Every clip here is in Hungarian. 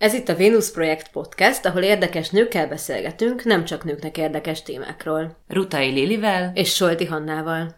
Ez itt a Vénusz Projekt Podcast, ahol érdekes nőkkel beszélgetünk, nem csak nőknek érdekes témákról. Rutai Lilivel és Solti Hannával.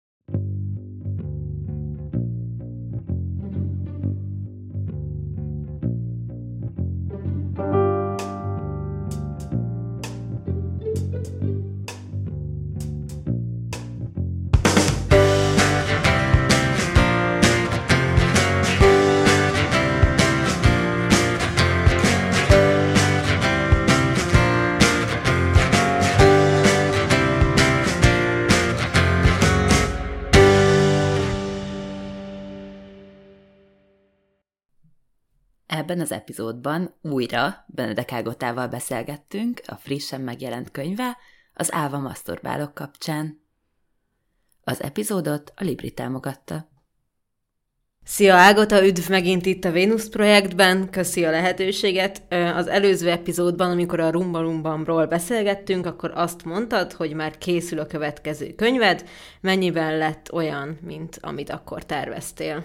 Ebben az epizódban újra Benedek Ágotával beszélgettünk a frissen megjelent könyve, az Álva maszturbálok kapcsán. Az epizódot a Libri támogatta. Szia Ágota, üdv megint itt a Vénusz Projektben, köszi a lehetőséget. Az előző epizódban, amikor a Rumbalumbamról beszélgettünk, akkor azt mondtad, hogy már készül a következő könyved. Mennyiben lett olyan, mint amit akkor terveztél?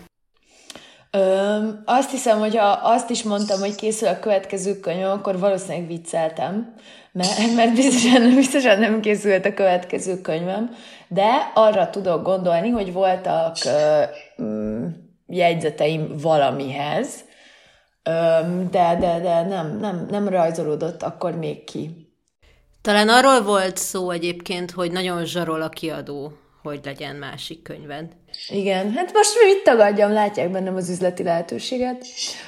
Azt hiszem, hogy ha azt is mondtam, hogy készül a következő könyv, akkor valószínűleg vicceltem, mert biztosan nem készült a következő könyvem, de arra tudok gondolni, hogy voltak jegyzeteim valamihez, de nem rajzolódott akkor még ki. Talán arról volt szó egyébként, hogy nagyon zsarol a kiadó, hogy legyen másik könyved. Igen, hát most mit tagadjam, látják bennem az üzleti lehetőséget.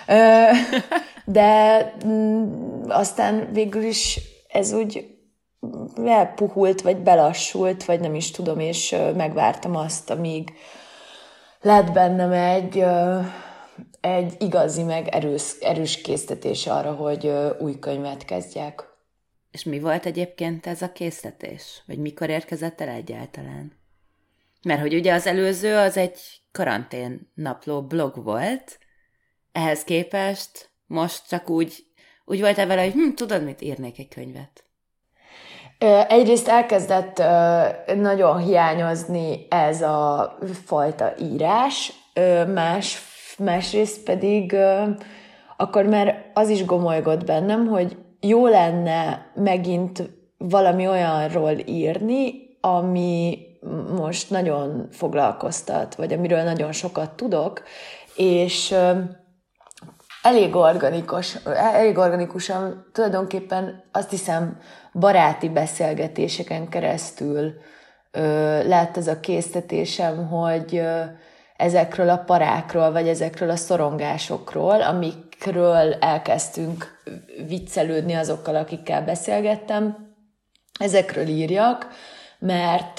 De aztán végül is ez úgy elpuhult, vagy belassult, vagy nem is tudom, és megvártam azt, amíg lett bennem egy igazi, meg erős késztetés arra, hogy új könyvet kezdjek. És mi volt egyébként ez a késztetés? Vagy mikor érkezett el egyáltalán? Mert hogy ugye az előző az egy karantén napló blog volt, ehhez képest most csak úgy voltál vele, hogy tudod mit, írnék egy könyvet. Egyrészt elkezdett nagyon hiányozni ez a fajta írás, másrészt pedig akkor már az is gomolygott bennem, hogy jó lenne megint valami olyanról írni, ami most nagyon foglalkoztat, vagy amiről nagyon sokat tudok, és elég organikusan, tulajdonképpen azt hiszem baráti beszélgetéseken keresztül lett ez a késztetésem, hogy ezekről a parákról, vagy ezekről a szorongásokról, amikről elkezdtünk viccelődni azokkal, akikkel beszélgettem, ezekről írjak, mert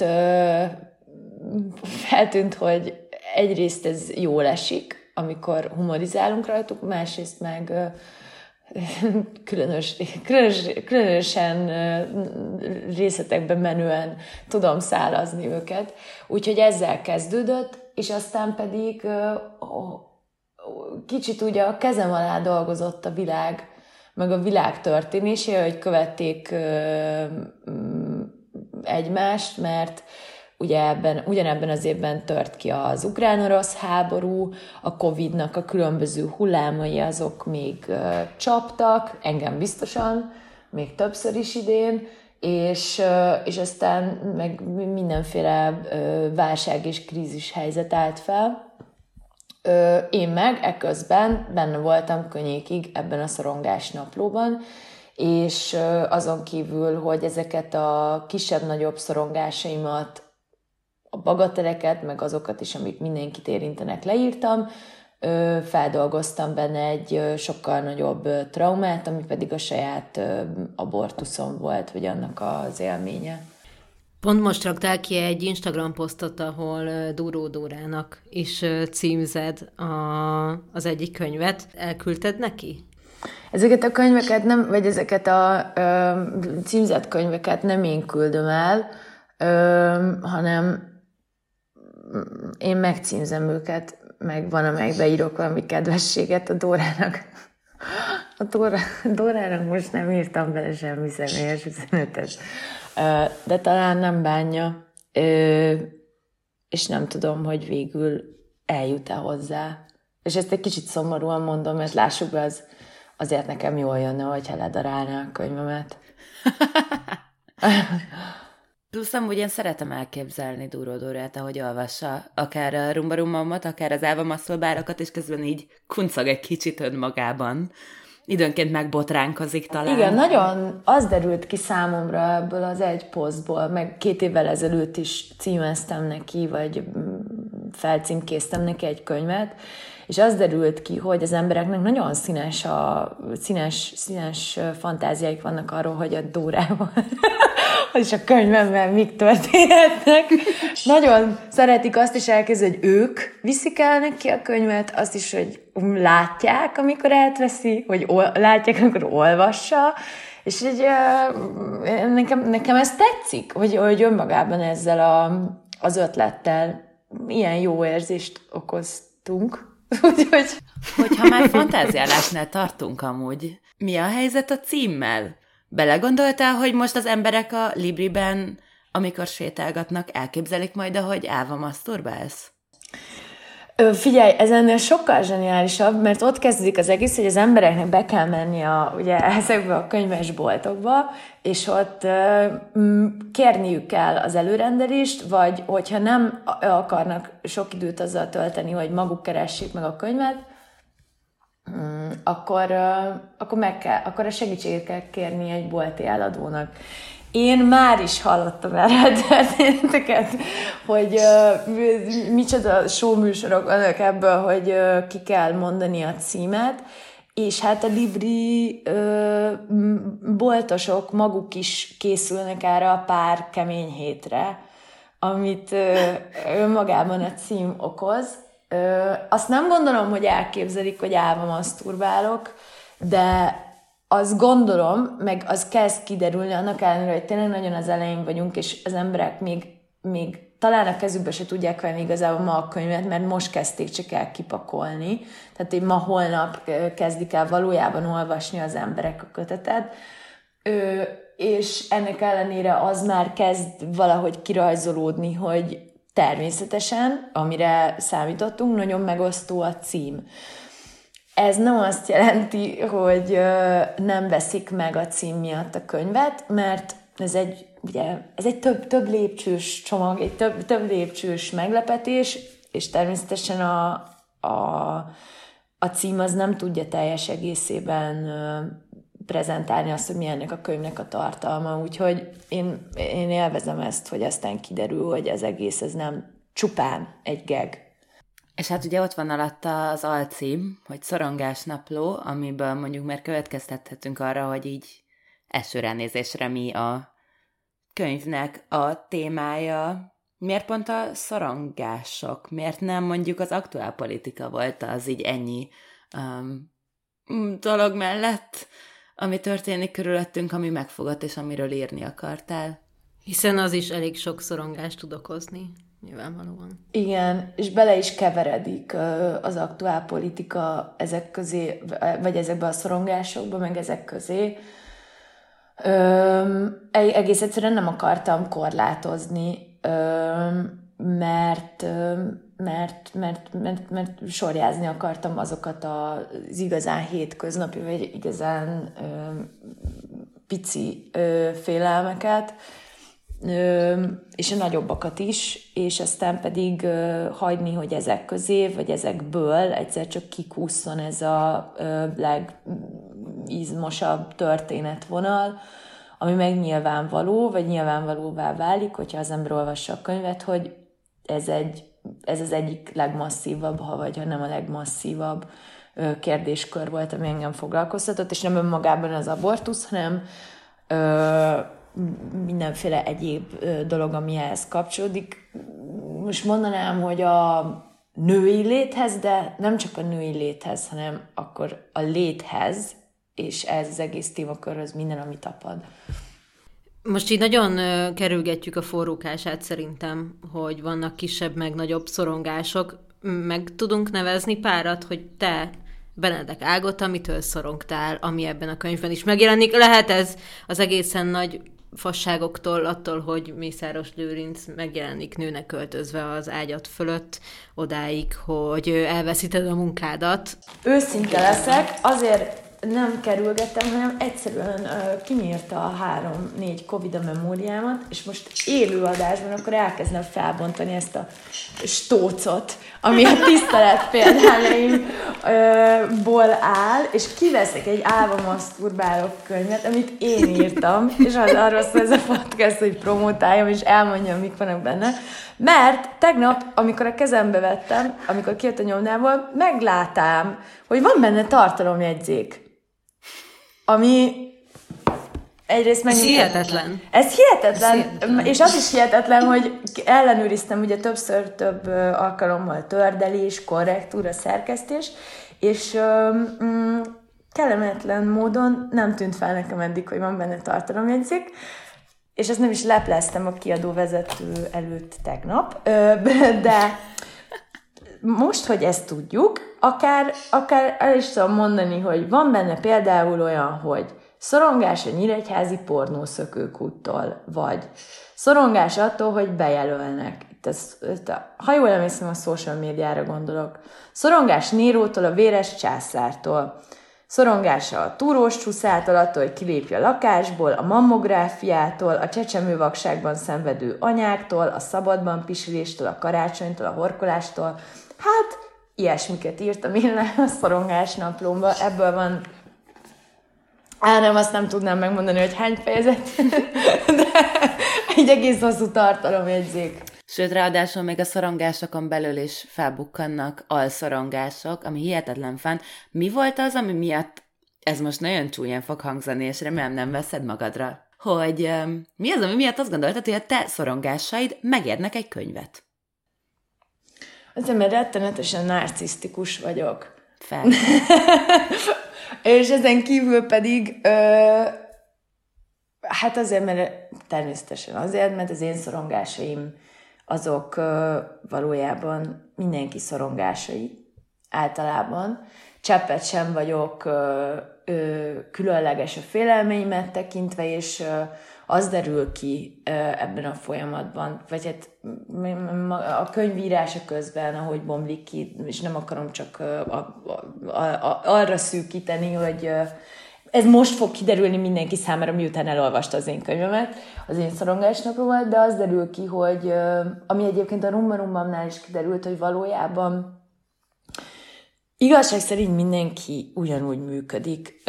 feltűnt, hogy egyrészt ez jól esik, amikor humorizálunk rajtuk, másrészt meg különösen részletekben menően tudom szálazni őket. Úgyhogy ezzel kezdődött, és aztán pedig kicsit ugye a kezem alá dolgozott a világ, meg a világ történésé, hogy követték egymást, mert ugye ugyanebben az évben tört ki az ukrán-orosz háború, a Covid-nak a különböző hullámai azok még csaptak, engem biztosan, még többször is idén, és aztán meg mindenféle válság és krízis helyzet állt fel. Én meg eközben benne voltam könnyékig ebben a szorongás naplóban, és azon kívül, hogy ezeket a kisebb-nagyobb szorongásaimat, a bagateleket, meg azokat is, amik mindenkit érintenek, leírtam, feldolgoztam benne egy sokkal nagyobb traumát, ami pedig a saját abortuszom volt, vagy annak az élménye. Pont most raktál ki egy Instagram posztot, ahol Dóró Dórának is címzed az egyik könyvet. Elküldted neki? Ezeket a könyveket nem, vagy ezeket a címzett könyveket nem én küldöm el, hanem én megcímzem őket, meg van, amelyikbe írok valami kedvességet a Dórának. Dórának most nem írtam bele semmi személyes üzenetet, de talán nem bánja, és nem tudom, hogy végül eljut-e hozzá. És ezt egy kicsit szomorúan mondom, mert lássuk be, azért nekem jól jönne, hogyha ledarálná a könyvemet. Plusz amúgy én szeretem elképzelni Dúró Dórát, ahogy olvassa akár a Rumba Rumbamot, akár az Elva Masszolbárokat, és közben így kuncog egy kicsit önmagában. Időnként megbotránkozik talán. Igen, nagyon az derült ki számomra ebből az egy posztból, meg 2 évvel ezelőtt is címeztem neki, vagy felcímkéztem neki egy könyvet, és az derült ki, hogy az embereknek nagyon színes fantáziáik vannak arról, hogy a Dórával és a könyvemben mik történhetnek. Nagyon szeretik azt is elkezdeni, hogy ők viszik el neki a könyvet, azt is, hogy látják, amikor átveszi, hogy látják, amikor olvassa, és így, nekem ez tetszik, hogy önmagában ezzel az ötlettel ilyen jó érzést okoztunk. Úgyhogy... Hogyha már fantáziálásnál tartunk amúgy, mi a helyzet a címmel? Belegondoltál, hogy most az emberek a Libriben, amikor sétálgatnak, elképzelik majd, ahogy Elva maszturbálsz? Figyelj, ez ennél sokkal zseniálisabb, mert ott kezdődik az egész, hogy az embereknek be kell menni ugye, ezekbe a könyvesboltokba, és ott kérniük kell az előrendelést, vagy hogyha nem akarnak sok időt azzal tölteni, hogy maguk keressék meg a könyvet, akkor a segítséget kell kérni egy bolti eladónak. Én már is hallottam erre a történeteket, hogy micsoda showműsorok vannak ebből, hogy ki kell mondani a címet, és hát a Libri boltosok maguk is készülnek erre a pár kemény hétre, amit önmagában a cím okoz. Azt nem gondolom, hogy elképzelik, hogy Elva maszturbálok, de azt gondolom, meg az kezd kiderülni annak ellenére, hogy tényleg nagyon az elején vagyunk, és az emberek még talán a kezükbe se tudják venni igazából ma a könyvet, mert most kezdték csak el kipakolni. Tehát, hogy ma-holnap kezdik el valójában olvasni az emberek a kötetet. És ennek ellenére az már kezd valahogy kirajzolódni, hogy természetesen, amire számítottunk, nagyon megosztó a cím. Ez nem azt jelenti, hogy nem veszik meg a cím miatt a könyvet, mert ez egy több lépcsős csomag, egy több lépcsős meglepetés, és természetesen a cím az nem tudja teljes egészében prezentálni azt, hogy mi ennek a könyvnek a tartalma. Úgyhogy én élvezem ezt, hogy aztán kiderül, hogy az egész ez nem csupán egy gag. És hát ugye ott van alatta az alcím, hogy Szorongásnapló, amiből mondjuk már következtethetünk arra, hogy így első ránézésre mi a könyvnek a témája. Miért pont a szorongások? Miért nem mondjuk az aktuálpolitika volt az így ennyi dolog mellett, ami történik körülöttünk, ami megfogott, és amiről írni akartál? Hiszen az is elég sok szorongást tud okozni, nyilvánvalóan. Igen, és bele is keveredik az aktuálpolitika ezek közé, vagy ezekbe a szorongásokba, meg ezek közé. Egész egyszerűen nem akartam korlátozni, mert sorjázni akartam azokat az igazán hétköznapi, vagy igazán pici félelmeket, és a nagyobbakat is, és aztán pedig hagyni, hogy ezek közé, vagy ezekből egyszer csak kikússzon ez a legizmosabb történetvonal, ami meg nyilvánvaló, vagy nyilvánvalóvá válik, hogyha az ember olvassa a könyvet, hogy ez az egyik legmasszívabb, ha nem a legmasszívabb kérdéskör volt, ami engem foglalkoztatott, és nem önmagában az abortusz, hanem mindenféle egyéb dolog, ami ehhez kapcsolódik. Most mondanám, hogy a női léthez, de nem csak a női léthez, hanem akkor a léthez, és ez az egész témakörhöz minden, ami tapad. Most így nagyon kerülgetjük a forrókását szerintem, hogy vannak kisebb meg nagyobb szorongások. Meg tudunk nevezni párat, hogy te, Benedek Ágota, mitől szorongtál, ami ebben a könyvben is megjelenik. Lehet ez az egészen nagy fasságoktól, attól, hogy Mészáros Lőrinc megjelenik nőnek költözve az ágyad fölött, odáig, hogy elveszíted a munkádat. Őszinte leszek, azért nem kerülgettem, hanem egyszerűen kinyírta a 3-4 Covid a memóriámat, és most élő adásban akkor elkezdem felbontani ezt a stócot, ami a tisztelet példájaimból áll, és kiveszek egy álva maszturbálok könyvet, amit én írtam, és az arról szól ez a podcast, hogy promotáljam, és elmondjam, mik vannak benne. Mert tegnap, amikor a kezembe vettem, amikor kijött a nyomdából, meglátám, hogy van benne tartalomjegyzék. Ami egyrészt Ez hihetetlen. Ez hihetetlen, és az is hihetetlen, hogy ellenőriztem ugye több alkalommal tördelés, korrektúra, szerkesztés, és kellemetlen módon nem tűnt fel nekem eddig, hogy van benne tartalomjegyzék, és ezt nem is lepleztem a kiadó vezető előtt tegnap, de most, hogy ezt tudjuk, akár el is tudom mondani, hogy van benne például olyan, hogy szorongás a nyíregyházi pornószökőkúttól, vagy szorongás attól, hogy bejelölnek. Ha jól emlékszem, a social médiára gondolok. Szorongás Nérótól, a véres császártól. Szorongása a túrós csúszától, attól, hogy kilépj a lakásból, a mammográfiától, a csecsemővakságban szenvedő anyáktól, a szabadban pisiléstől, a karácsonytól, a horkolástól. Hát, ilyesmiket írtam én le a szorongás naplómba. Ebből van... nem, azt nem tudnám megmondani, hogy hány fejezet, de egy egész hosszú tartalomjegyzék. Sőt, ráadásul még a szorongásokon belül is felbukkannak alszorongások, ami hihetetlen fán. Mi volt az, ami miatt, ez most nagyon csúnyán fog hangzani, és remélem nem veszed magadra, hogy mi az, ami miatt azt gondoltad, hogy a te szorongásaid megérnek egy könyvet? Azért, mert rettenetesen narcisztikus vagyok. Fel. És ezen kívül pedig, hát azért, mert természetesen azért, mert az én szorongásaim azok valójában mindenki szorongásai általában. Cseppet sem vagyok különleges a félelmeimet tekintve, és az derül ki ebben a folyamatban, vagy hát a könyvírása közben, ahogy bomlik ki, és nem akarom csak arra szűkíteni, hogy ez most fog kiderülni mindenki számára, miután elolvasta az én könyvemet, az én szorongásnapról, de az derül ki, hogy ami egyébként a Rumba Rumbamnál is kiderült, hogy valójában igazság szerint mindenki ugyanúgy működik.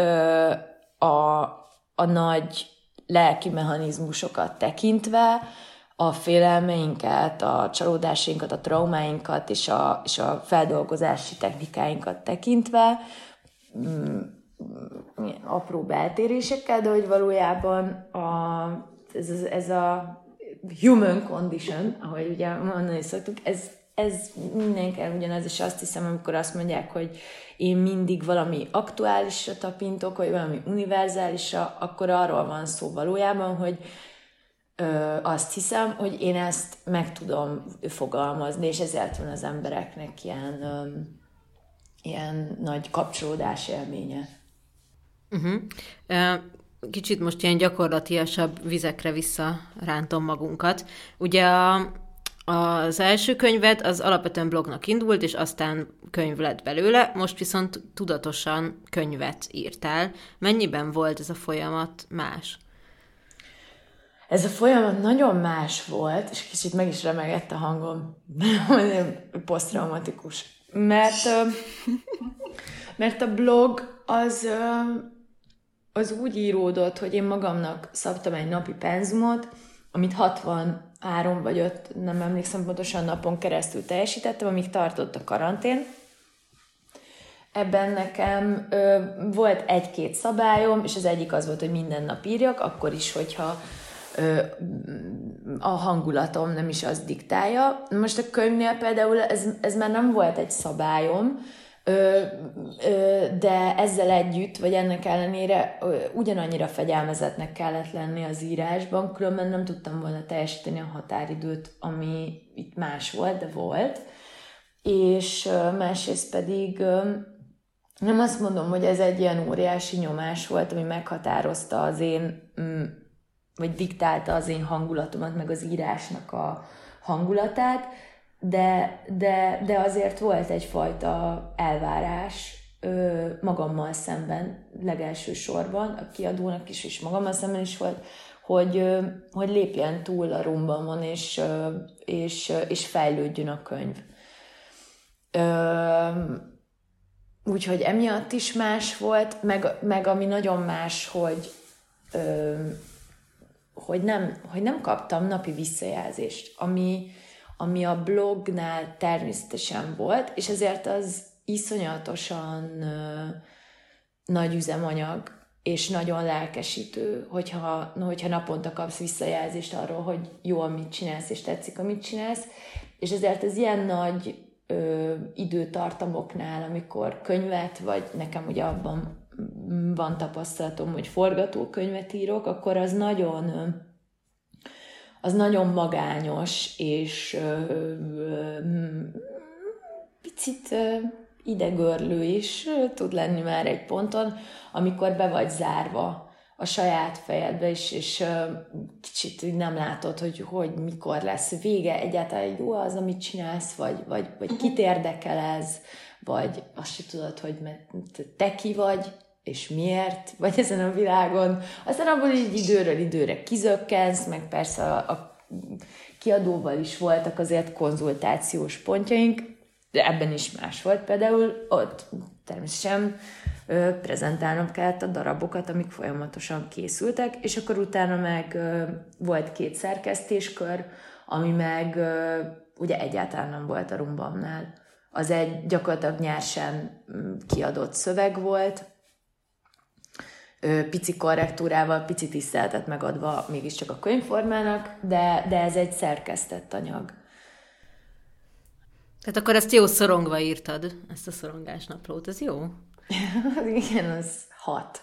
A nagy lelki mechanizmusokat tekintve, a félelmeinket, a csalódásainkat, a traumáinkat és a feldolgozási technikáinkat tekintve, apró eltérésekkel, de hogy valójában ez a human condition, ahogy ugye mondani szoktuk, ez mindenkinek ugyanaz, és azt hiszem, amikor azt mondják, hogy én mindig valami aktuálisra tapintok, vagy valami univerzálisra, akkor arról van szó valójában, hogy azt hiszem, hogy én ezt meg tudom fogalmazni, és ezért van az embereknek ilyen nagy kapcsolódás élménye. Kicsit most ilyen gyakorlatiasabb vizekre visszarántom magunkat. Ugye az első könyved az alapvetően blognak indult, és aztán könyv lett belőle, most viszont tudatosan könyvet írtál. Mennyiben volt ez a folyamat más? Ez a folyamat nagyon más volt, és kicsit meg is remegett a hangom. Posztraumatikus. Mert a blog az úgy íródott, hogy én magamnak szabtam egy napi penzumot, amit 63 vagy 5, nem emlékszem pontosan, napon keresztül teljesítettem, amíg tartott a karantén. Ebben nekem volt 1-2 szabályom, és az egyik az volt, hogy minden nap írjak, akkor is, hogyha a hangulatom nem is az diktálja. Most a könyvnél például ez már nem volt egy szabályom, de ezzel együtt, vagy ennek ellenére ugyanannyira fegyelmezetnek kellett lenni az írásban, különben nem tudtam volna teljesíteni a határidőt, ami itt más volt, de volt. És másrészt pedig nem azt mondom, hogy ez egy ilyen óriási nyomás volt, ami meghatározta az én, vagy diktálta az én hangulatomat, meg az írásnak a hangulatát, de azért volt egyfajta elvárás magammal szemben legelső sorban, a kiadónak is, és magammal szemben is volt, hogy lépjen túl a rumbamon, és fejlődjön a könyv. Úgyhogy emiatt is más volt, meg ami nagyon más, hogy nem kaptam napi visszajelzést, ami a blognál természetesen volt, és ezért az iszonyatosan nagy üzemanyag, és nagyon lelkesítő, hogyha naponta kapsz visszajelzést arról, hogy jó, amit csinálsz, és tetszik, amit csinálsz, és ezért ez ilyen nagy időtartamoknál, amikor könyvet, vagy nekem ugye abban van tapasztalatom, hogy forgatókönyvet írok, akkor az nagyon magányos, és picit idegörlő is tud lenni már egy ponton, amikor be vagy zárva a saját fejedbe, és kicsit nem látod, hogy mikor lesz vége, egyáltalán jó az, amit csinálsz, vagy kit érdekel ez, vagy azt se tudod, hogy te ki vagy, és miért vagy ezen a világon. Aztán abból így időről időre kizökkensz, meg persze a kiadóval is voltak azért konzultációs pontjaink, de ebben is más volt. Például ott természetesen prezentálnom kellett a darabokat, amik folyamatosan készültek, és akkor utána meg volt 2 szerkesztéskör, ami meg ugye egyáltalán nem volt a Rumbamnál. Az egy gyakorlatilag nyersen kiadott szöveg volt, pici korrektúrával, pici tiszteletet megadva mégiscsak a könyvformának, de ez egy szerkesztett anyag. Tehát akkor ezt jó szorongva írtad, ezt a szorongásnaplót, ez jó? Igen, az 6.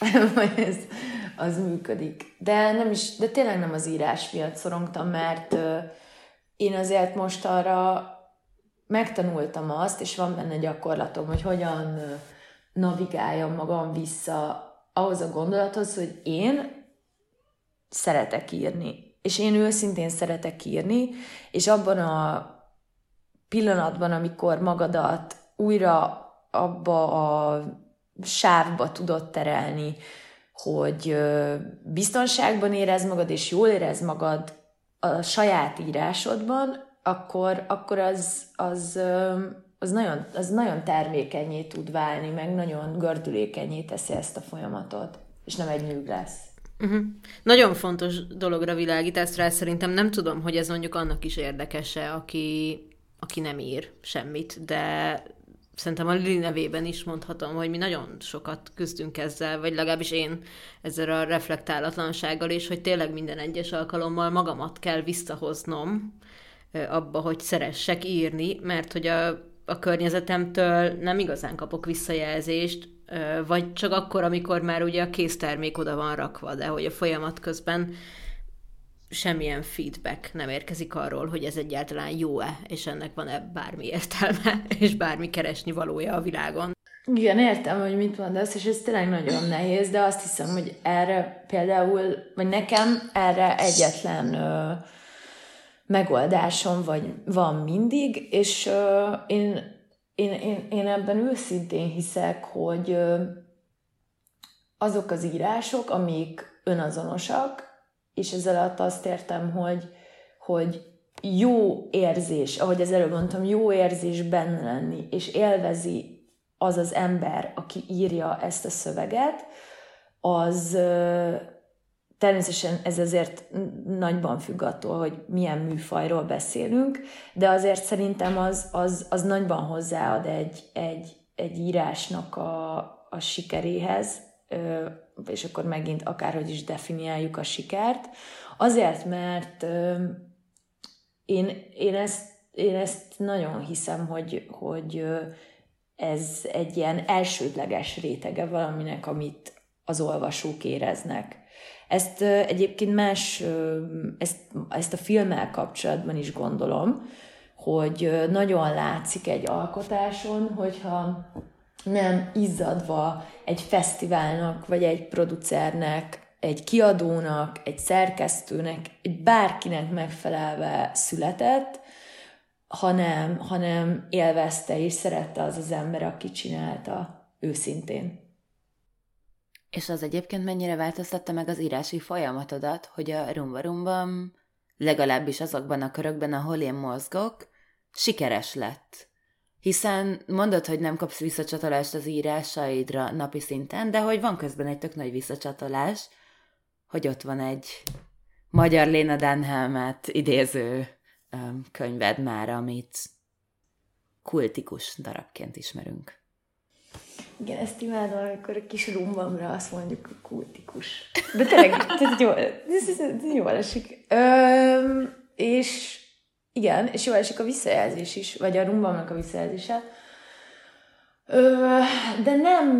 Az működik. De tényleg nem az írás miatt szorongtam, mert én azért most arra megtanultam azt, és van benne gyakorlatom, hogy hogyan navigáljam magam vissza ahhoz a gondolathoz, hogy én szeretek írni. És én őszintén szeretek írni, és abban a pillanatban, amikor magadat újra abba a sávba tudod terelni, hogy biztonságban érezd magad, és jól érezd magad a saját írásodban, akkor az nagyon termékenyé tud válni, meg nagyon gördülékenyé teszi ezt a folyamatot, és nem egy nyűg lesz. Uh-huh. Nagyon fontos dologra világítasz rá, szerintem nem tudom, hogy ez mondjuk annak is érdekes-e, aki nem ír semmit, de szerintem a Lili nevében is mondhatom, hogy mi nagyon sokat küzdünk ezzel, vagy legalábbis én ezzel a reflektálatlansággal, és hogy tényleg minden egyes alkalommal magamat kell visszahoznom abba, hogy szeressek írni, mert hogy a környezetemtől nem igazán kapok visszajelzést, vagy csak akkor, amikor már ugye a késztermék oda van rakva, de hogy a folyamat közben semmilyen feedback nem érkezik arról, hogy ez egyáltalán jó-e, és ennek van-e bármi értelme, és bármi keresni valója a világon. Igen, értem, hogy mit mondasz, és ez tényleg nagyon nehéz, de azt hiszem, hogy erre például, vagy nekem erre egyetlen megoldásom van mindig, és én ebben őszintén hiszek, hogy azok az írások, amik önazonosak, és ezzel alatt azt értem, hogy jó érzés, ahogy az előbb mondtam, jó érzés benne lenni, és élvezi az az ember, aki írja ezt a szöveget, az természetesen ez azért nagyban függ attól, hogy milyen műfajról beszélünk, de azért szerintem az nagyban hozzáad egy írásnak a sikeréhez, és akkor megint akárhogy is definiáljuk a sikert. Azért, mert én ezt nagyon hiszem, hogy ez egy ilyen elsődleges rétege valaminek, amit az olvasók éreznek. Ezt egyébként ezt a filmmel kapcsolatban is gondolom, hogy nagyon látszik egy alkotáson, hogyha nem izzadva egy fesztiválnak, vagy egy producernek, egy kiadónak, egy szerkesztőnek, egy bárkinek megfelelve született, hanem élvezte és szerette az ember, aki csinálta. őszintén. És az egyébként mennyire változtatta meg az írási folyamatodat, hogy a Rumba-Rumbam, legalábbis azokban a körökben, ahol én mozgok, sikeres lett? Hiszen mondod, hogy nem kapsz visszacsatolást az írásaidra napi szinten, de hogy van közben egy tök nagy visszacsatolás, hogy ott van egy magyar Lena Dunham-et idéző könyved már, amit kultikus darabként ismerünk. Igen, ezt imádom, amikor a kis rumbamra azt mondjuk, hogy kultikus. De tényleg, ez jól esik. És igen, és jól esik a visszajelzés is, vagy a rumbamnak a visszajelzése. De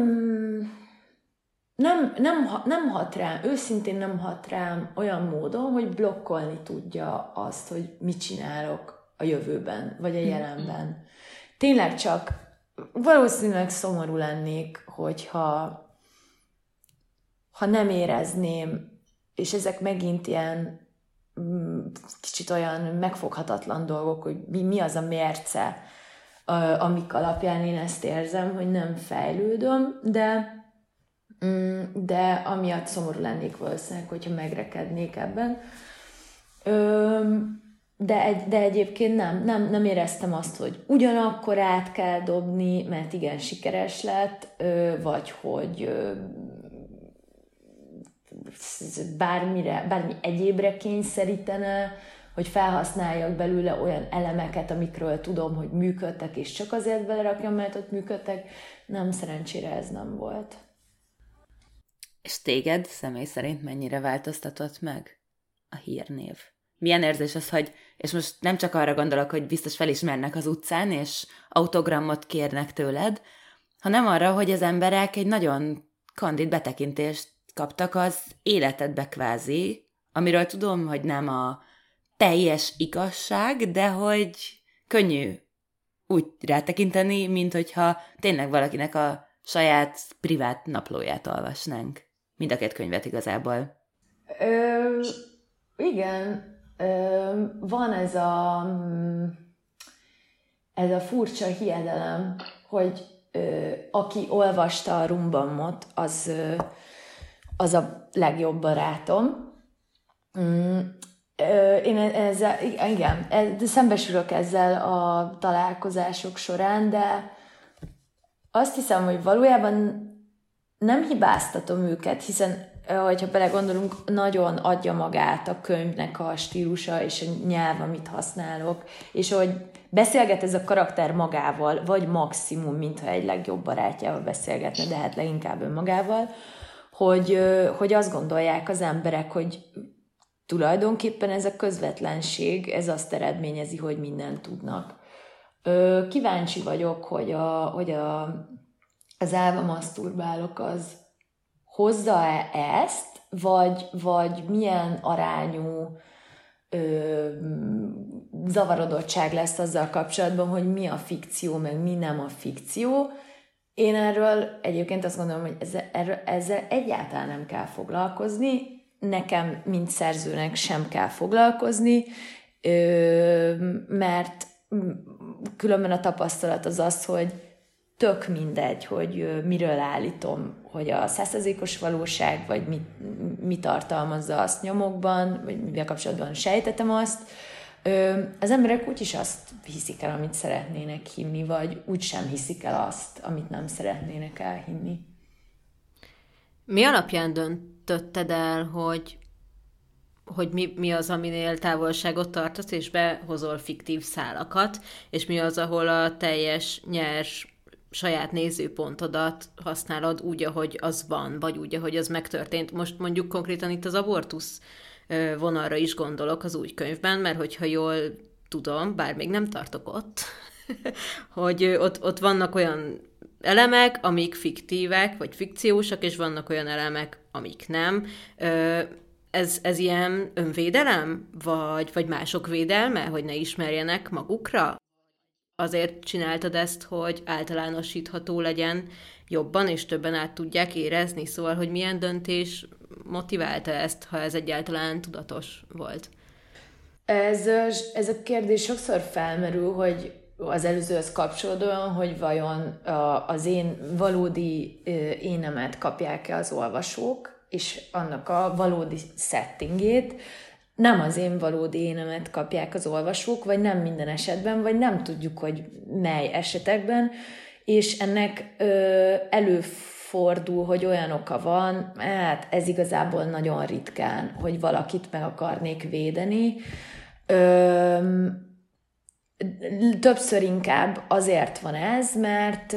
nem hat rám, őszintén nem hat rám olyan módon, hogy blokkolni tudja azt, hogy mit csinálok a jövőben, vagy a jelenben. Tényleg csak valószínűleg szomorú lennék, hogyha nem érezném, és ezek megint ilyen kicsit olyan megfoghatatlan dolgok, hogy mi az a mérce, amik alapján én ezt érzem, hogy nem fejlődöm, de amiatt szomorú lennék valószínűleg, hogyha megrekednék ebben. De egyébként nem éreztem azt, hogy ugyanakkor át kell dobni, mert igen, sikeres lett, vagy hogy bármi egyébre kényszerítene, hogy felhasználjak belőle olyan elemeket, amikről tudom, hogy működtek, és csak azért belerakjam, mert ott működtek. Nem, szerencsére ez nem volt. És téged személy szerint mennyire változtatott meg a hírnév? Milyen érzés az, hogy, és most nem csak arra gondolok, hogy biztos felismernek az utcán, és autogramot kérnek tőled, hanem arra, hogy az emberek egy nagyon kandid betekintést kaptak az életedbe kvázi, amiről tudom, hogy nem a teljes igazság, de hogy könnyű úgy rátekinteni, mint hogyha tényleg valakinek a saját privát naplóját olvasnánk. Mind a két könyvet igazából. Igen. Van ez a furcsa hiedelem, hogy aki olvasta a Rumbamot, az a legjobb barátom. Én ezzel, igen, de szembesülök ezzel a találkozások során, de azt hiszem, hogy valójában nem hibáztatom őket, hiszen, hogyha belegondolunk, nagyon adja magát a könyvnek a stílusa és a nyelv, amit használok, és hogy beszélget ez a karakter magával, vagy maximum, mintha egy legjobb barátjával beszélgetne, de hát leginkább önmagával, hogy azt gondolják az emberek, hogy tulajdonképpen ez a közvetlenség, ez azt eredményezi, hogy mindent tudnak. Kíváncsi vagyok, hogy az Állva maszturbálok az hozza-e ezt, vagy milyen arányú zavarodottság lesz azzal kapcsolatban, hogy mi a fikció, meg mi nem a fikció. Én erről egyébként azt gondolom, hogy ezzel egyáltalán nem kell foglalkozni, nekem, mint szerzőnek sem kell foglalkozni, mert különben a tapasztalat az, hogy tök mindegy, hogy miről állítom, hogy a 100%-os valóság, vagy mi tartalmazza azt nyomokban, vagy mivel kapcsolatban sejtetem azt. Az emberek úgyis azt hiszik el, amit szeretnének hinni, vagy úgysem hiszik el azt, amit nem szeretnének elhinni. Mi alapján döntötted el, hogy mi az, aminél távolságot tartasz, és behozol fiktív szálakat, és mi az, ahol a teljes, nyers, saját nézőpontodat használod úgy, ahogy az van, vagy úgy, ahogy az megtörtént. Most mondjuk konkrétan itt az abortusz vonalra is gondolok az új könyvben, mert hogyha jól tudom, bár még nem tartok ott, hogy ott vannak olyan elemek, amik fiktívek, vagy fikciósak, és vannak olyan elemek, amik nem. Ez ilyen önvédelem? Vagy mások védelme, hogy ne ismerjenek magukra? Azért csináltad ezt, hogy általánosítható legyen jobban, és többen át tudják érezni? Szóval, hogy milyen döntés motiválta ezt, ha ez egyáltalán tudatos volt? Ez a kérdés sokszor felmerül, az előzőhöz kapcsolódóan, hogy vajon az én valódi énemet kapják-e az olvasók, és annak a valódi settingét, nem az én valódi énemet kapják az olvasók, vagy nem minden esetben, vagy nem tudjuk, hogy mely esetekben, és ennek előfordul, hogy olyan oka van, hát ez igazából nagyon ritkán, hogy valakit meg akarnék védeni. Többször inkább azért van ez, mert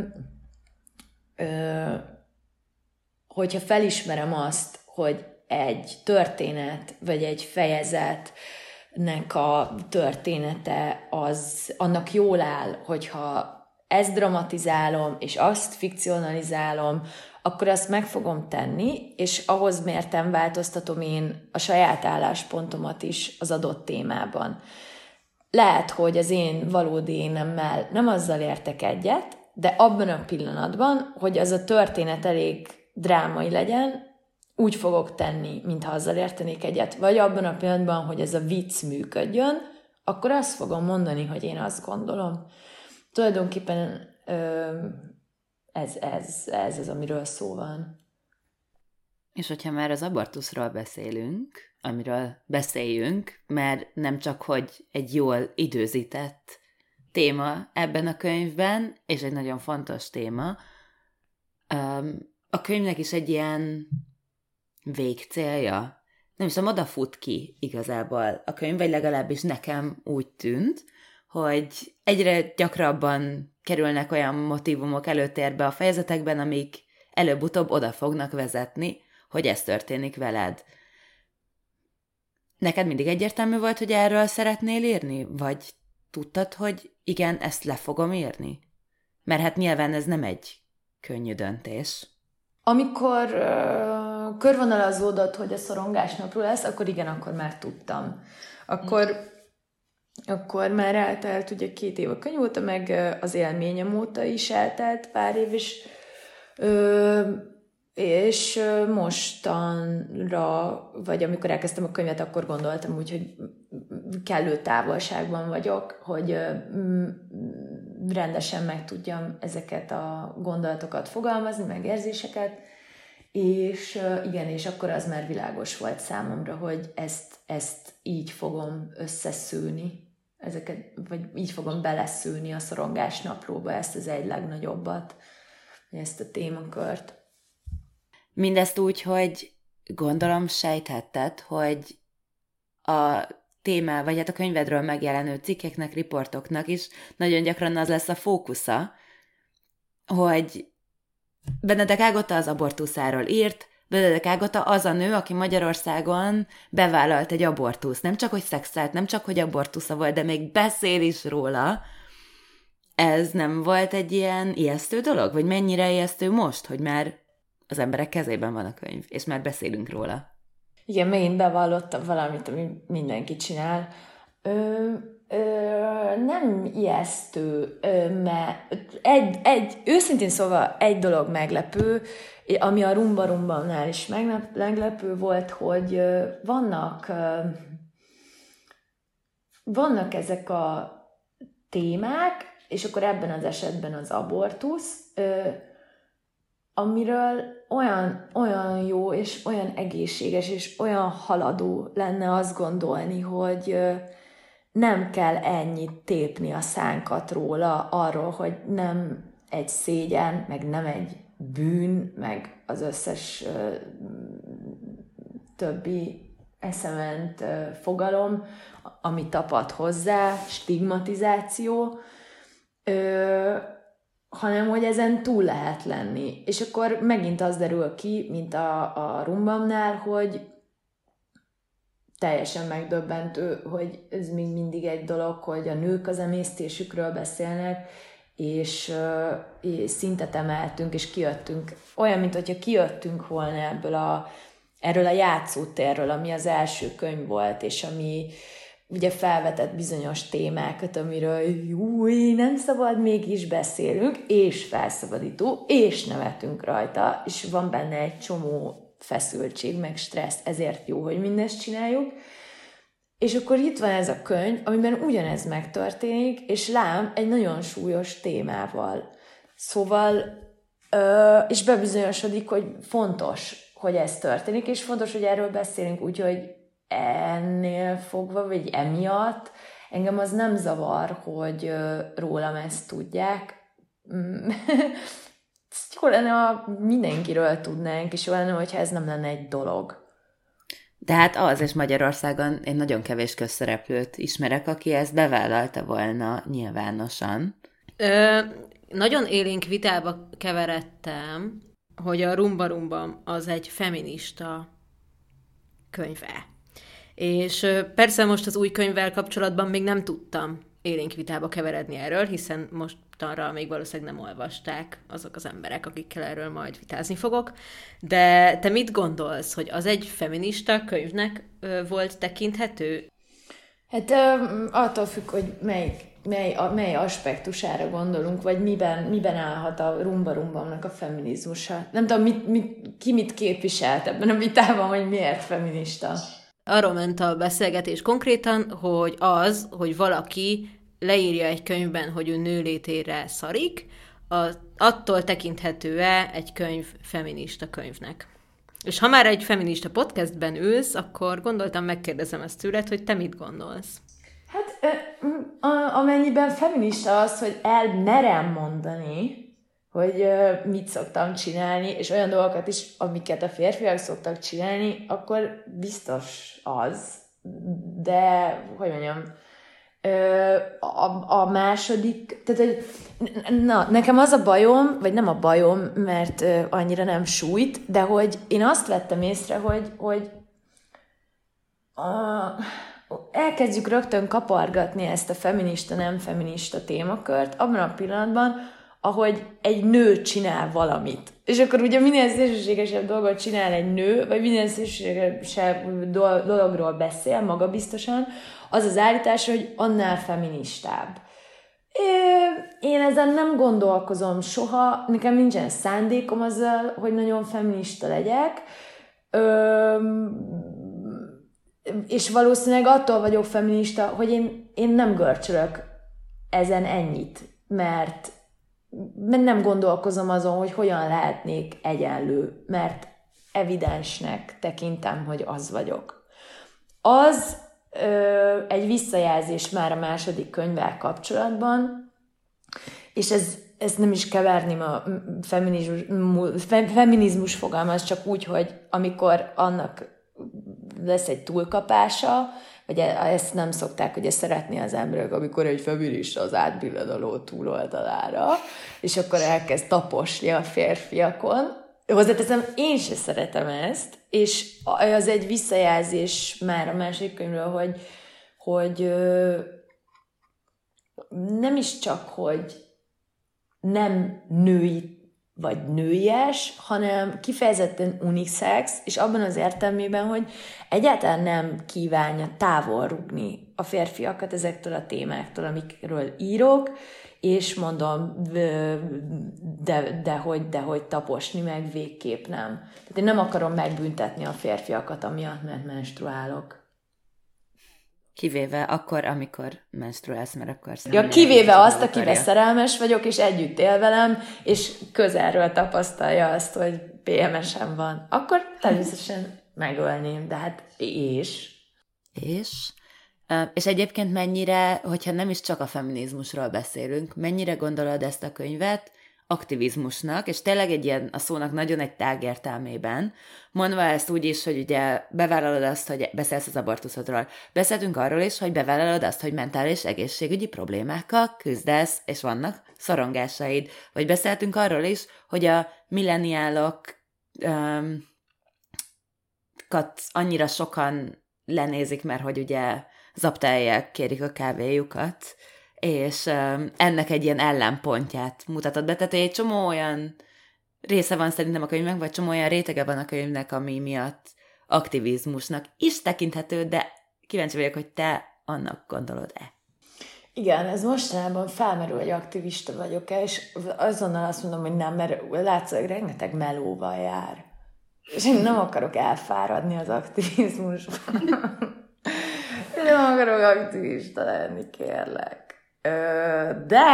hogyha felismerem azt, hogy egy történet, vagy egy fejezetnek a története annak jól áll, hogyha ezt dramatizálom, és azt fikcionalizálom, akkor azt meg fogom tenni, és ahhoz mérten változtatom én a saját álláspontomat is az adott témában. Lehet, hogy az én valódi énemmel nem azzal értek egyet, de abban a pillanatban, hogy az a történet elég drámai legyen, úgy fogok tenni, mintha azzal értenék egyet, vagy abban a pillanatban, hogy ez a vicc működjön, akkor azt fogom mondani, hogy én azt gondolom. Tulajdonképpen ez az, amiről szó van. És hogyha már az abortuszról beszélünk, amiről beszéljünk, mert nem csak, hogy egy jól időzített téma ebben a könyvben, és egy nagyon fontos téma, a könyvnek is egy ilyen végcélja. Nem is tudom, odafut ki igazából a könyv, vagy legalábbis nekem úgy tűnt, hogy egyre gyakrabban kerülnek olyan motívumok előtérbe a fejezetekben, amik előbb-utóbb oda fognak vezetni, hogy ez történik veled. Neked mindig egyértelmű volt, hogy erről szeretnél írni? Vagy tudtad, hogy igen, ezt le fogom írni? Mert hát nyilván ez nem egy könnyű döntés. Amikor körvonalazódott, hogy a szorongásnapról lesz, akkor igen, akkor már tudtam. Akkor már eltelt ugye 2 év a könyv óta, meg az élményem óta is eltelt pár év, és mostanra, vagy amikor elkezdtem a könyvet, akkor gondoltam úgy, hogy kellő távolságban vagyok, hogy rendesen meg tudjam ezeket a gondolatokat fogalmazni, meg érzéseket, és igen, és akkor az már világos volt számomra, hogy ezt így fogom összeszűni, ezeket, vagy így fogom beleszűni a szorongásnaplóba, ezt az egy legnagyobbat, ezt a témakört. Mindezt úgy, hogy gondolom sejthetted, hogy a téma, vagy hát a könyvedről megjelenő cikkeknek, riportoknak is nagyon gyakran az lesz a fókusza, hogy Benedek Ágota az abortuszáról írt, Benedek Ágota az a nő, aki Magyarországon bevállalt egy abortuszt. Nem csak, hogy szexelt, nem csak, hogy abortusza volt, de még beszél is róla. Ez nem volt egy ilyen ijesztő dolog? Vagy mennyire ijesztő most, hogy már az emberek kezében van a könyv, és már beszélünk róla? Igen, megint bevallottam valamit, ami mindenki csinál. Nem ijesztő, mert őszintén szóval egy dolog meglepő, ami a Rumba-Rumbánál is meglepő volt, hogy vannak ezek a témák, és akkor ebben az esetben az abortusz, amiről olyan jó, és olyan egészséges, és olyan haladó lenne azt gondolni, hogy nem kell ennyit tépni a szánkat róla, arról, hogy nem egy szégyen, meg nem egy bűn, meg az összes többi eszement fogalom, ami tapad hozzá, stigmatizáció, hanem hogy ezen túl lehet lenni. És akkor megint az derül ki, mint a Rumbamnál, hogy teljesen megdöbbentő, hogy ez még mindig egy dolog, hogy a nők az emésztésükről beszélnek, és szintet emeltünk, és kijöttünk. Olyan, mint hogyha kijöttünk volna erről a játszótérről, ami az első könyv volt, és ami ugye felvetett bizonyos témákat, amiről nem szabad, mégis beszélünk, és felszabadító, és nevetünk rajta, és van benne egy csomó feszültség, meg stressz, ezért jó, hogy mindezt csináljuk. És akkor itt van ez a könyv, amiben ugyanez megtörténik, és lám egy nagyon súlyos témával. Szóval, és bebizonyosodik, hogy fontos, hogy ez történik, és fontos, hogy erről beszélünk, úgyhogy ennél fogva, vagy emiatt engem az nem zavar, hogy rólam ezt tudják. Jó lenne, ha mindenkiről tudnánk, és jó lenne, hogyha ez nem lenne egy dolog. De hát az, és Magyarországon én nagyon kevés közszereplőt ismerek, aki ezt bevállalta volna nyilvánosan. Nagyon élénk vitába keveredtem, hogy a Rumba Rumba az egy feminista könyve. És persze most az új könyvvel kapcsolatban még nem tudtam élénk vitába keveredni erről, hiszen mostanra még valószínűleg nem olvasták azok az emberek, akikkel erről majd vitázni fogok. De te mit gondolsz, hogy az egy feminista könyvnek volt tekinthető? Hát attól függ, hogy mely aspektusára gondolunk, vagy miben állhat a Rumba Rumbamnak a feminizmusa. Nem tudom, ki mit képviselt ebben a vitában, hogy miért feminista. Arról ment a beszélgetés konkrétan, hogy valaki leírja egy könyvben, hogy ő nőlétére szarik, attól tekinthető-e egy könyv feminista könyvnek. És ha már egy feminista podcastben ülsz, akkor gondoltam, megkérdezem ezt tőled, hogy te mit gondolsz. Hát amennyiben feminista az, hogy elmerem mondani, hogy mit szoktam csinálni, és olyan dolgokat is, amiket a férfiak szoktak csinálni, akkor biztos az. De, hogy mondjam, a második, tehát nekem az a bajom, vagy nem a bajom, mert annyira nem sújt, de hogy én azt vettem észre, hogy elkezdjük rögtön kapargatni ezt a feminista, nem feminista témakört abban a pillanatban, ahogy egy nő csinál valamit. És akkor ugye minél szélsőségesebb dolgot csinál egy nő, vagy minél szélsőségesebb dologról beszél magabiztosan, az az állítás, hogy annál feministább. Én ezen nem gondolkozom soha, nekem nincsen szándékom azzal, hogy nagyon feminista legyek, és valószínűleg attól vagyok feminista, hogy én nem görcsölök ezen ennyit, mert nem gondolkozom azon, hogy hogyan lehetnék egyenlő, mert evidensnek tekintem, hogy az vagyok. Az egy visszajelzés már a második könyvvel kapcsolatban, és ezt nem is keverném a feminizmus fogalmaz, csak úgy, hogy amikor annak lesz egy túlkapása, vagy ezt nem szokták ugye szeretni az emberek, amikor egy feminista az átbillen a ló túloldalára, és akkor elkezd taposni a férfiakon. Hozzáteszem, én se szeretem ezt, és az egy visszajelzés már a másik könyvről, hogy nem is csak, hogy nem női vagy nőies, hanem kifejezetten unisex, és abban az értelmében, hogy egyáltalán nem kívánja távol rúgni a férfiakat ezektől a témáktól, amikről írok, és mondom, de hogy taposni meg végképp nem. Tehát én nem akarom megbüntetni a férfiakat amiatt, mert menstruálok. Kivéve akkor, amikor menstruálsz, mert akkor... Ja, kivéve azt, akivel szerelmes vagyok, és együtt él velem, és közelről tapasztalja azt, hogy PMS-em van. Akkor természetesen megölném, de hát és? És egyébként mennyire, hogyha nem is csak a feminizmusról beszélünk, mennyire gondolod ezt a könyvet aktivizmusnak, és tényleg egy ilyen, a szónak nagyon egy tág értelmében, mondva ezt úgy is, hogy ugye bevállalod azt, hogy beszélsz az abortuszodról. Beszéltünk arról is, hogy bevállalod azt, hogy mentális egészségügyi problémákkal küzdesz, és vannak szorongásaid. Vagy beszéltünk arról is, hogy a milleniálokat annyira sokan lenézik, mert hogy ugye zaptálják, kérik a kávéjukat, és ennek egy ilyen ellenpontját mutatod be. Tehát egy csomó olyan része van szerintem a könyvnek, vagy csomó olyan rétege van a könyvnek, ami miatt aktivizmusnak is tekinthető, de kíváncsi vagyok, hogy te annak gondolod-e. Igen, ez mostanában felmerül, hogy aktivista vagyok-e, és azonnal azt mondom, hogy nem, mert látszólag rengeteg melóval jár. És én nem akarok elfáradni az aktivizmusban. nem akarok aktivista lenni, kérlek. De,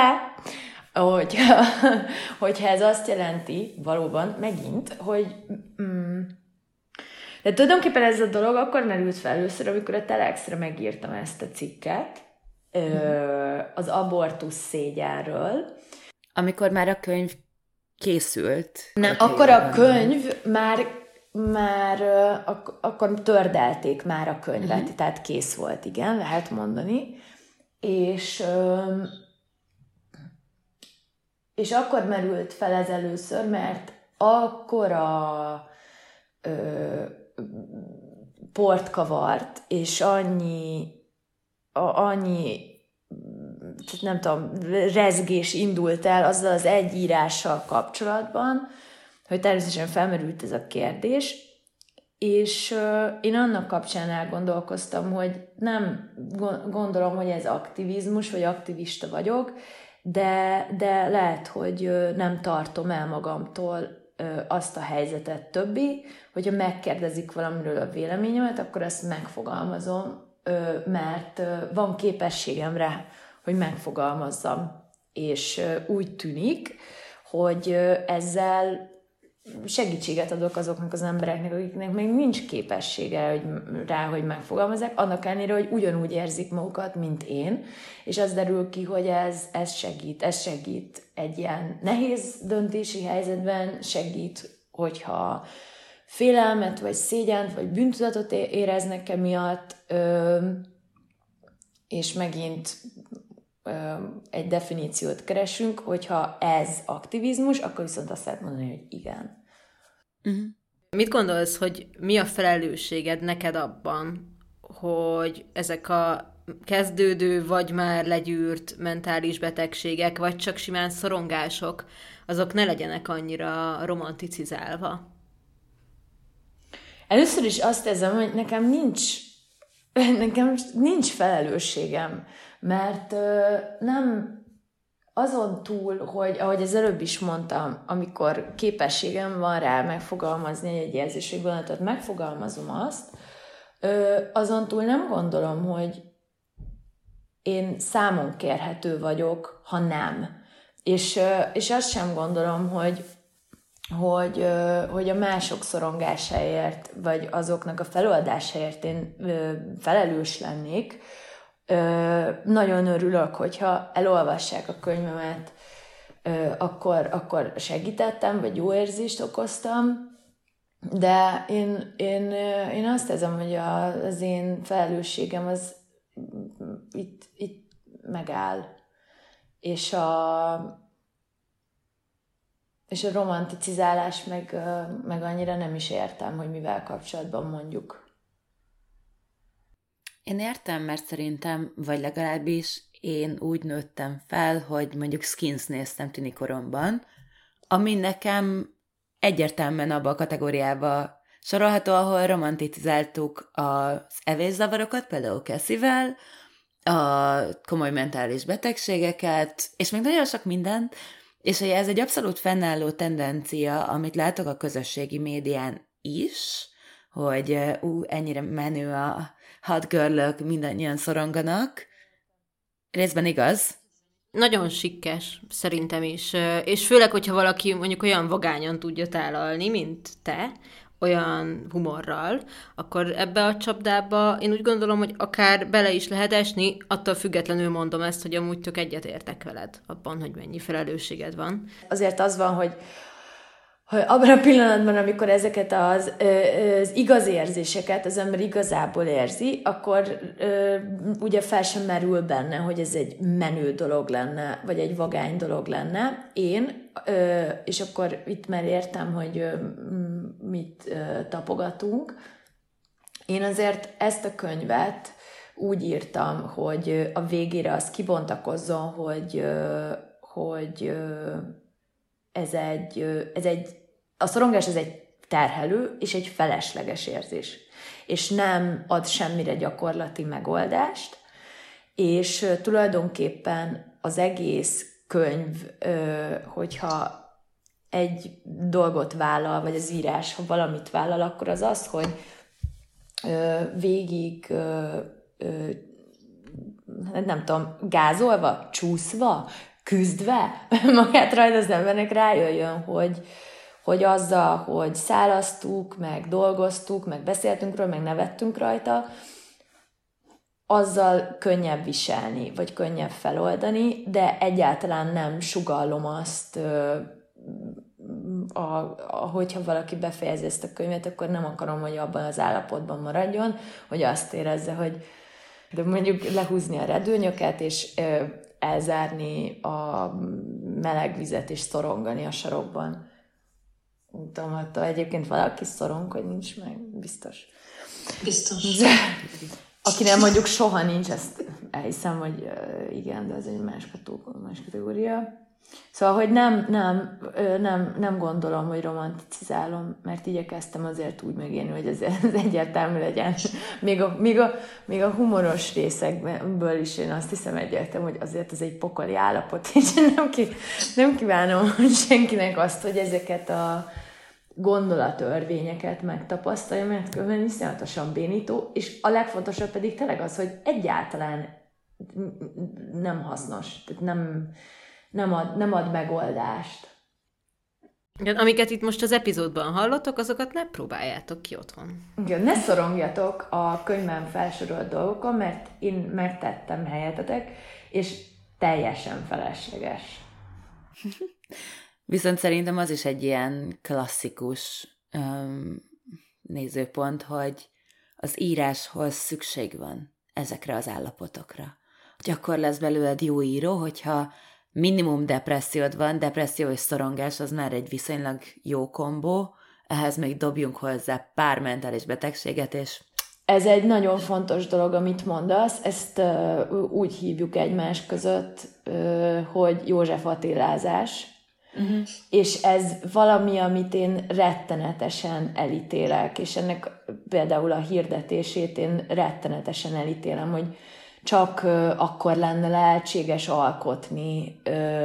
hogyha ez azt jelenti, valóban, megint, hogy de tulajdonképpen ez a dolog akkor merült fel először, amikor a Telexre megírtam ezt a cikket, az abortusz szégyenről. Amikor már a könyv készült. Nem, akkor a könyv akkor tördelték már a könyvet, tehát kész volt, igen, lehet mondani. És akkor merült fel ez először, mert akkora port kavart, és annyi nem tudom, rezgés indult el azzal az egy írással kapcsolatban, hogy természetesen felmerült ez a kérdés, és én annak kapcsán elgondolkoztam, hogy nem gondolom, hogy ez aktivizmus, vagy aktivista vagyok, de lehet, hogy nem tartom el magamtól azt a helyzetet többi, hogyha megkérdezik valamiről a véleményemet, akkor ezt megfogalmazom, mert van képességem rá, hogy megfogalmazzam. És úgy tűnik, hogy ezzel segítséget adok azoknak az embereknek, akiknek még nincs képessége rá, hogy megfogalmazzák, annak ellenére, hogy ugyanúgy érzik magukat, mint én, és az derül ki, hogy ez segít egy ilyen nehéz döntési helyzetben, segít, hogyha félelmet, vagy szégyent, vagy bűntudatot éreznek emiatt, és megint egy definíciót keresünk, hogyha ez aktivizmus, akkor viszont azt lehet mondani, hogy igen. Mit gondolsz, hogy mi a felelősséged neked abban, hogy ezek a kezdődő, vagy már legyűrt mentális betegségek, vagy csak simán szorongások, azok ne legyenek annyira romanticizálva? Először is azt érzem, hogy nekem nincs felelősségem, mert nem azon túl, hogy ahogy az előbb is mondtam, amikor képességem van rá megfogalmazni egy érzés, vagy gondolatot, megfogalmazom azt, azon túl nem gondolom, hogy én számon kérhető vagyok, ha nem. És azt sem gondolom, hogy a mások szorongásáért, vagy azoknak a feloldásáért én felelős lennék. Nagyon örülök, hogyha elolvassák a könyvemet, akkor segítettem, vagy jó érzést okoztam, de én azt érzem, hogy az én felelősségem az itt megáll. És a romanticizálás meg annyira nem is értem, hogy mivel kapcsolatban mondjuk. Én értem, mert szerintem, vagy legalábbis én úgy nőttem fel, hogy mondjuk Skins néztem tini koromban, ami nekem egyértelműen abba a kategóriába sorolható, ahol romanticizáltuk az evészavarokat, például Cassie-vel, a komoly mentális betegségeket, és még nagyon sok mindent, és hogy ez egy abszolút fennálló tendencia, amit látok a közösségi médián is, hogy ennyire menő a hot girl-ök, mindannyian szoronganak. Részben igaz. Nagyon sikkes, szerintem is. És főleg, hogyha valaki mondjuk olyan vagányan tudja tálalni, mint te, olyan humorral, akkor ebbe a csapdába én úgy gondolom, hogy akár bele is lehet esni, attól függetlenül mondom ezt, hogy amúgy tök egyetértek veled abban, hogy mennyi felelősséged van. Azért az van, hogy abban a pillanatban, amikor ezeket az igaz érzéseket az ember igazából érzi, akkor ugye fel sem merül benne, hogy ez egy menő dolog lenne, vagy egy vagány dolog lenne. És akkor itt már értem, hogy mit tapogatunk. Én azért ezt a könyvet úgy írtam, hogy a végére az kibontakozzon, hogy a szorongás ez egy terhelő és egy felesleges érzés. És nem ad semmire gyakorlati megoldást, és tulajdonképpen az egész könyv, hogyha egy dolgot vállal, vagy az írás, ha valamit vállal, akkor az, hogy végig nem tudom, gázolva, csúszva, küzdve magát rajta az embernek rájöjjön, hogy azzal, hogy szálasztuk, meg dolgoztuk, meg beszéltünk róla, meg nevettünk rajta, azzal könnyebb viselni, vagy könnyebb feloldani, de egyáltalán nem sugallom azt, hogyha valaki befejezi ezt a könyvet, akkor nem akarom, hogy abban az állapotban maradjon, hogy azt érezze, hogy de mondjuk lehúzni a redőnyöket, és elzárni a meleg vizet, és szorongani a sarokban. Nem tudom, attól egyébként valaki szorong, hogy nincs meg, biztos. Biztos. De, akinek mondjuk soha nincs, ezt elhiszem, hogy igen, de ez egy más kategória. Szóval, hogy nem gondolom, hogy romanticizálom, mert igyekeztem azért úgy megélni, hogy ez egyértelmű legyen. Még a humoros részekből is én azt hiszem egyértelmű, hogy azért ez egy pokoli állapot, és nem kívánom senkinek azt, hogy ezeket a gondolatörvényeket megtapasztalja, mert különben iszonyatosan bénító, és a legfontosabb pedig tényleg az, hogy egyáltalán nem hasznos, tehát nem ad megoldást. Igen, amiket itt most az epizódban hallottok, azokat ne próbáljátok ki otthon. Igen, ne szorongjatok a könyvben felsorolt dolgokon, mert én megtettem helyetetek, és teljesen felesleges. Viszont szerintem az is egy ilyen klasszikus nézőpont, hogy az íráshoz szükség van ezekre az állapotokra. Hogy akkor lesz belőled jó író, hogyha minimum depressziód van, depresszió és szorongás az már egy viszonylag jó kombó, ehhez még dobjunk hozzá pár mentális betegséget, és... Ez egy nagyon fontos dolog, amit mondasz, ezt úgy hívjuk egymás között, hogy József Attilázás, és ez valami, amit én rettenetesen elítélek, és ennek például a hirdetését én rettenetesen elítélem, hogy csak akkor lenne lehetséges alkotni,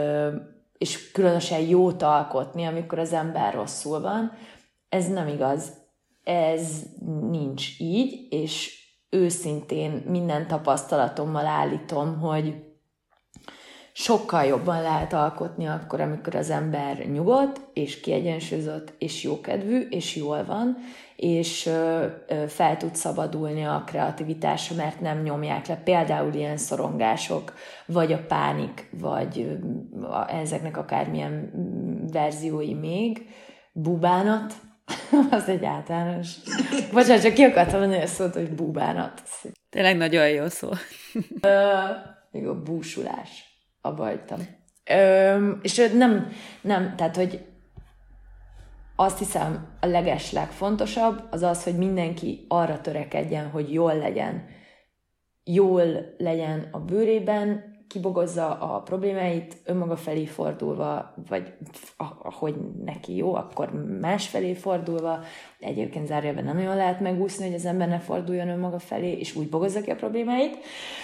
és különösen jót alkotni, amikor az ember rosszul van. Ez nem igaz. Ez nincs így, és őszintén minden tapasztalatommal állítom, hogy sokkal jobban lehet alkotni akkor, amikor az ember nyugodt, és kiegyensúlyozott, és jókedvű, és jól van, és fel tud szabadulni a kreativitásra, mert nem nyomják le például ilyen szorongások, vagy a pánik, vagy ezeknek akármilyen verziói még, bubánat, az egy általános. Bocsánat, csak ki akartam mondani a szót, hogy bubánat. Tényleg nagyon jó szó. Még a búsulás. Abba hagytam. És nem, tehát, hogy azt hiszem a legfontosabb az az, hogy mindenki arra törekedjen, hogy jól legyen. Jól legyen a bőrében, kibogozza a problémáit, önmaga felé fordulva, vagy ahogy neki jó, akkor más felé fordulva. Egyébként zárójelben nem nagyon lehet megúszni, hogy az ember ne forduljon önmaga felé, és úgy bogozza ki a problémáit.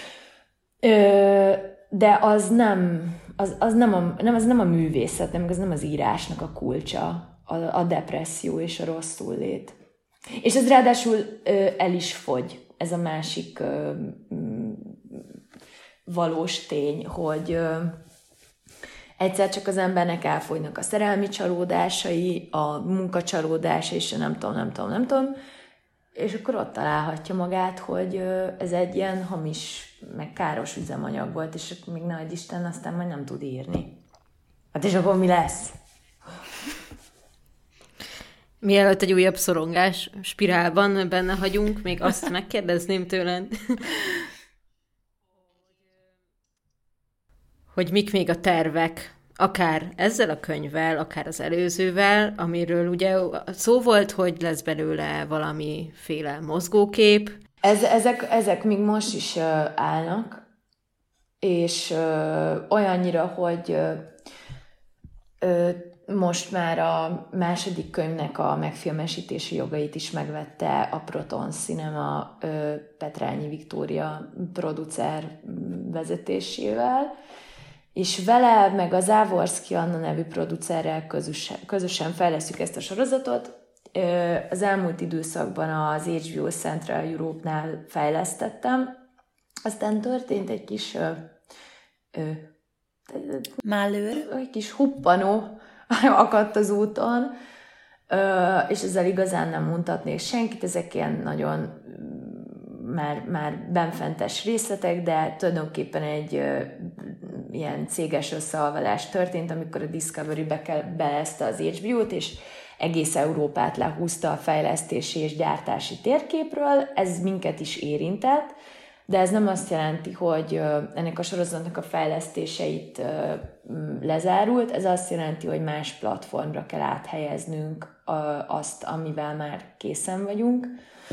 De az nem a művészet, az nem az írásnak a kulcsa, a depresszió és a rosszul-lét. És ez ráadásul el is fogy. Ez a másik valós tény, hogy egyszer csak az embernek elfogynak a szerelmi csalódásai, a munkacsalódás, és nem tudom, és akkor ott találhatja magát, hogy ez egy ilyen hamis, meg káros üzemanyag volt, és még nagy Isten aztán majd nem tud írni. Hát és akkor mi lesz? Mielőtt egy újabb szorongás spirálban benne hagyunk, még azt megkérdezném tőled, hogy mik még a tervek, akár ezzel a könyvvel, akár az előzővel, amiről ugye szó volt, hogy lesz belőle valamiféle mozgókép. Ezek még most is állnak, és olyannyira, hogy most már a második könyvnek a megfilmesítési jogait is megvette a Proton Cinema Petrányi Viktória producer vezetésével, és vele, meg a Závorszky Anna nevű producerrel közösen fejlesztjük ezt a sorozatot. Az elmúlt időszakban az HBO Central Europe-nál fejlesztettem, Aztán történt egy kis Málőr. egy kis huppanó akadt az úton, és ezzel igazán nem mondhatnék senkit, ezek ilyen nagyon már benfentes részletek, de tulajdonképpen egy ilyen céges összealvadás történt, amikor a Discovery belezte az HBO-t, és egész Európát lehúzta a fejlesztési és gyártási térképről. Ez minket is érintett, de ez nem azt jelenti, hogy ennek a sorozatnak a fejlesztéseit lezárult, ez azt jelenti, hogy más platformra kell áthelyeznünk azt, amivel már készen vagyunk.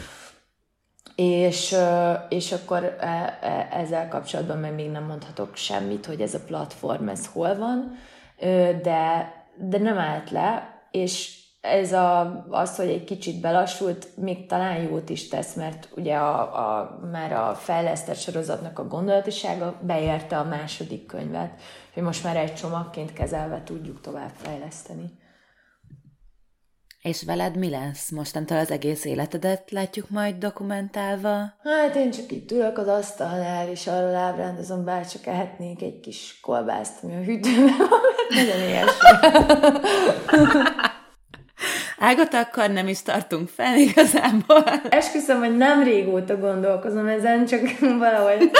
És akkor ezzel kapcsolatban meg még nem mondhatok semmit, hogy ez a platform, ez hol van, de nem állt le, és ez az, hogy egy kicsit belassult, még talán jót is tesz, mert ugye már a fejlesztett sorozatnak a gondolatisága beérte a második könyvet, hogy most már egy csomagként kezelve tudjuk tovább fejleszteni. És veled mi lesz? Mostantól az egész életedet látjuk majd dokumentálva? Hát én csak itt ülök az asztalnál, és arról ábrándozom, bárcsak ehetnék egy kis kolbászt, ami a hűtőben van, mert nagyon ilyesmi. Ágota, akkor nem is tartunk fel igazából. Esküszöm, hogy nem régóta gondolkozom ezen, csak valahogy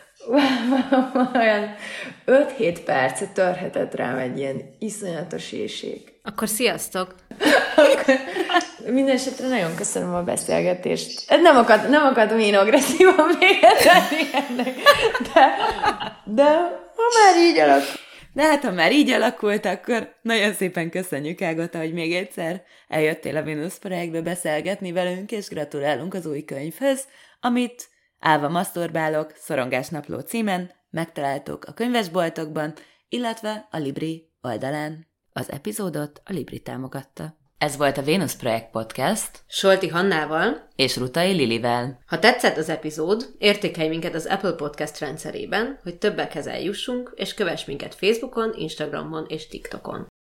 olyan 5-7 percet törhetett rám egy ilyen iszonyatos éjség. Akkor sziasztok! Mindenesetre nagyon köszönöm a beszélgetést. Nem akartam én agresszívan véget venni ennek, de ha már így alakult. De hát, ha már így alakult, akkor nagyon szépen köszönjük, Ágota, hogy még egyszer eljöttél a Vénusz projektbe beszélgetni velünk, és gratulálunk az új könyvhöz, amit Állva maszturbálok, Szorongásnapló címen megtaláltuk a könyvesboltokban, illetve a Libri oldalán. Az epizódot a Libri támogatta. Ez volt a Vénusz Projekt Podcast Solti Hannával és Rutai Lilivel. Ha tetszett az epizód, értékelj minket az Apple Podcast rendszerében, hogy többekhez eljussunk, és kövess minket Facebookon, Instagramon és TikTokon.